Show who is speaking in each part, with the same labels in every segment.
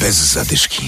Speaker 1: Bez zadyszki.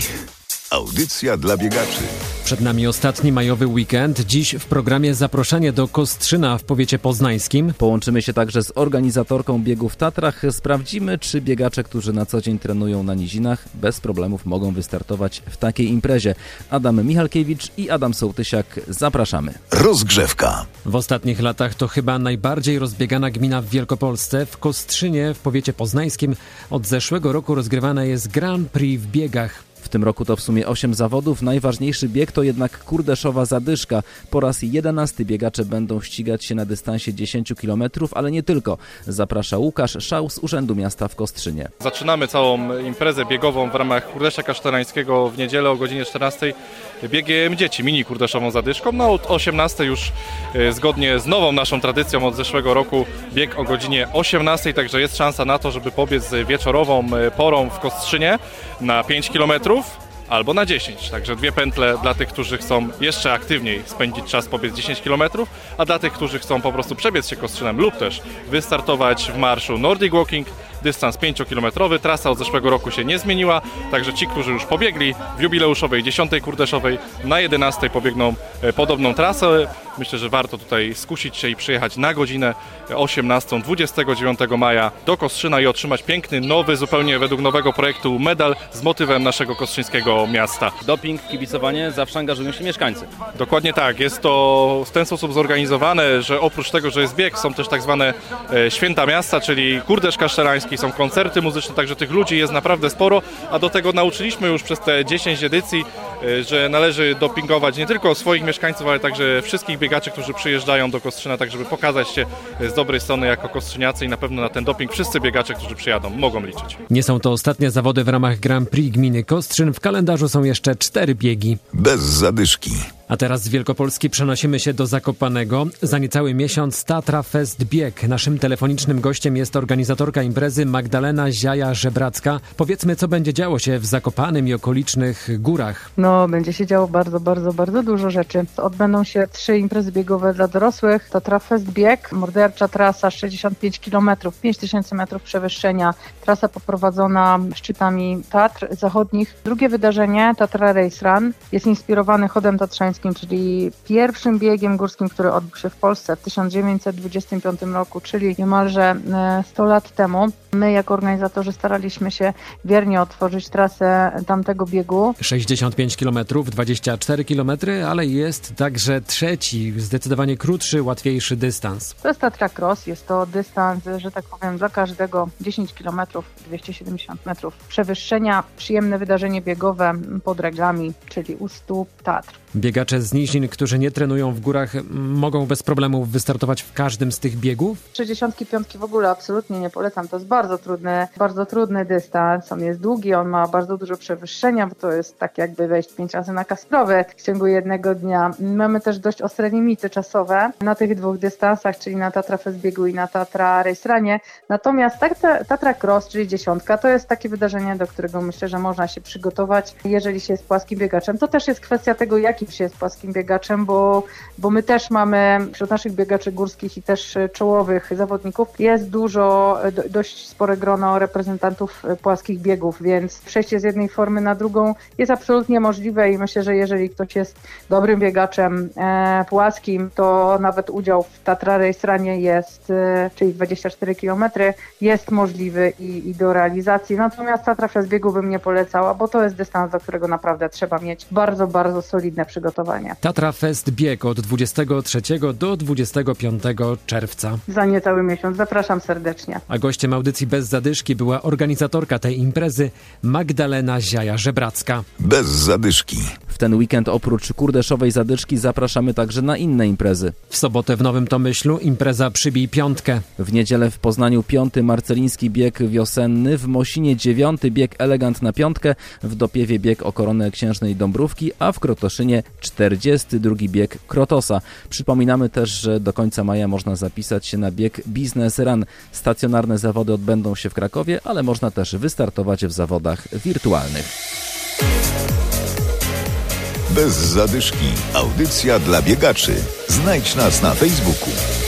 Speaker 1: Audycja dla biegaczy.
Speaker 2: Przed nami ostatni majowy weekend. Dziś w programie zaproszenie do Kostrzyna w powiecie poznańskim.
Speaker 3: Połączymy się także z organizatorką biegu w Tatrach. Sprawdzimy, czy biegacze, którzy na co dzień trenują na nizinach, bez problemów mogą wystartować w takiej imprezie. Adam Michalkiewicz i Adam Sołtysiak. Zapraszamy.
Speaker 1: Rozgrzewka.
Speaker 2: W ostatnich latach to chyba najbardziej rozbiegana gmina w Wielkopolsce. W Kostrzynie w powiecie poznańskim od zeszłego roku rozgrywane jest Grand Prix w biegach.
Speaker 3: W tym roku to w sumie 8 zawodów. Najważniejszy bieg to jednak Kurdeszowa Zadyszka. Po raz 11 biegacze będą ścigać się na dystansie 10 km, ale nie tylko. Zaprasza Łukasz Szał z Urzędu Miasta w Kostrzynie.
Speaker 4: Zaczynamy całą imprezę biegową w ramach Kurdesza Kasztelańskiego w niedzielę o godzinie 14 biegiem dzieci, mini Kurdeszową Zadyszką. No od 18 już zgodnie z nową naszą tradycją od zeszłego roku bieg o godzinie 18, także jest szansa na to, żeby pobiec wieczorową porą w Kostrzynie na 5 km. Albo na 10, także 2 pętle dla tych, którzy chcą jeszcze aktywniej spędzić czas, pobiec 10 km, a dla tych, którzy chcą po prostu przebiec się Kostrzynem lub też wystartować w marszu Nordic Walking, dystans 5-kilometrowy, trasa od zeszłego roku się nie zmieniła, także ci, którzy już pobiegli w jubileuszowej 10. Kurdeszowej, na 11 pobiegną podobną trasę. Myślę, że warto tutaj skusić się i przyjechać na godzinę 18, 29 maja do Kostrzyna i otrzymać piękny, nowy, zupełnie według nowego projektu medal z motywem naszego kostrzyńskiego miasta.
Speaker 5: Doping, kibicowanie, zawsze angażują się mieszkańcy.
Speaker 4: Dokładnie tak, jest to w ten sposób zorganizowane, że oprócz tego, że jest bieg, są też tak zwane święta miasta, czyli Kurdesz Kasztelański, są koncerty muzyczne, także tych ludzi jest naprawdę sporo, a do tego nauczyliśmy już przez te 10 edycji, że należy dopingować nie tylko swoich mieszkańców, ale także wszystkich biegaczy, którzy przyjeżdżają do Kostrzyna, tak żeby pokazać się z dobrej strony jako kostrzyniacy i na pewno na ten doping wszyscy biegacze, którzy przyjadą, mogą liczyć.
Speaker 2: Nie są to ostatnie zawody w ramach Grand Prix gminy Kostrzyn. W kalendarzu są jeszcze 4 biegi.
Speaker 1: Bez zadyszki.
Speaker 2: A teraz z Wielkopolski przenosimy się do Zakopanego. Za niecały miesiąc Tatra Fest Bieg. Naszym telefonicznym gościem jest organizatorka imprezy Magdalena Ziaja-Żebracka. Powiedzmy, co będzie działo się w Zakopanem i okolicznych górach.
Speaker 6: No, będzie się działo bardzo dużo rzeczy. Odbędą się 3 imprezy biegowe dla dorosłych. Tatra Fest Bieg, mordercza trasa 65 km, 5000 metrów przewyższenia. Trasa poprowadzona szczytami Tatr Zachodnich. Drugie wydarzenie, Tatra Race Run, jest inspirowany chodem tatrzańskim, czyli pierwszym biegiem górskim, który odbył się w Polsce w 1925 roku, czyli niemalże 100 lat temu. My jako organizatorzy staraliśmy się wiernie otworzyć trasę tamtego biegu.
Speaker 2: 65 km, 24 km, ale jest także trzeci, zdecydowanie krótszy, łatwiejszy dystans.
Speaker 6: To jest Tatra Cross, jest to dystans, że tak powiem, dla każdego 10 km, 270 metrów przewyższenia. Przyjemne wydarzenie biegowe pod reglami, czyli u stóp Tatr.
Speaker 2: Biegacze z nizin, którzy nie trenują w górach, mogą bez problemu wystartować w każdym z tych biegów?
Speaker 6: 65 w ogóle absolutnie nie polecam. To jest bardzo trudny dystans. On jest długi, on ma bardzo dużo przewyższenia, bo to jest tak jakby wejść 5 razy na Kasprowy w ciągu jednego dnia. Mamy też dość ostre limity czasowe na tych 2 dystansach, czyli na Tatra Fest Biegu i na Tatra Race Runie. Natomiast Tatra Cross, czyli 10, to jest takie wydarzenie, do którego myślę, że można się przygotować, jeżeli się jest płaskim biegaczem. To też jest kwestia tego, jaki się jest płaskim biegaczem, bo my też mamy wśród naszych biegaczy górskich i też czołowych zawodników jest dość spore grono reprezentantów płaskich biegów, więc przejście z jednej formy na drugą jest absolutnie możliwe i myślę, że jeżeli ktoś jest dobrym biegaczem płaskim, to nawet udział w Tatra Race Runie jest, czyli 24 km, jest możliwy i do realizacji. Natomiast Tatra Fest Biegu bym nie polecała, bo to jest dystans, do którego naprawdę trzeba mieć bardzo solidne przygotowanie.
Speaker 2: Tatra Fest Bieg od 23 do 25 czerwca.
Speaker 6: Za niecały miesiąc. Zapraszam serdecznie.
Speaker 2: A gościem audycji Bez zadyszki była organizatorka tej imprezy Magdalena Ziaja-Żebracka.
Speaker 1: Bez zadyszki.
Speaker 3: W ten weekend oprócz Kurdeszowej Zadyszki zapraszamy także na inne imprezy.
Speaker 2: W sobotę w Nowym Tomyślu impreza Przybij Piątkę.
Speaker 3: W niedzielę w Poznaniu 5. Marceliński bieg wiosenny, w Mosinie 9. bieg Elegant na piątkę, w Dopiewie bieg o koronę Księżnej Dąbrówki, a w Krotoszynie 42. bieg Krotosa. Przypominamy też, że do końca maja można zapisać się na bieg Business Run. Stacjonarne zawody odbędą się w Krakowie, ale można też wystartować w zawodach wirtualnych.
Speaker 1: Bez zadyszki. Audycja dla biegaczy. Znajdź nas na Facebooku.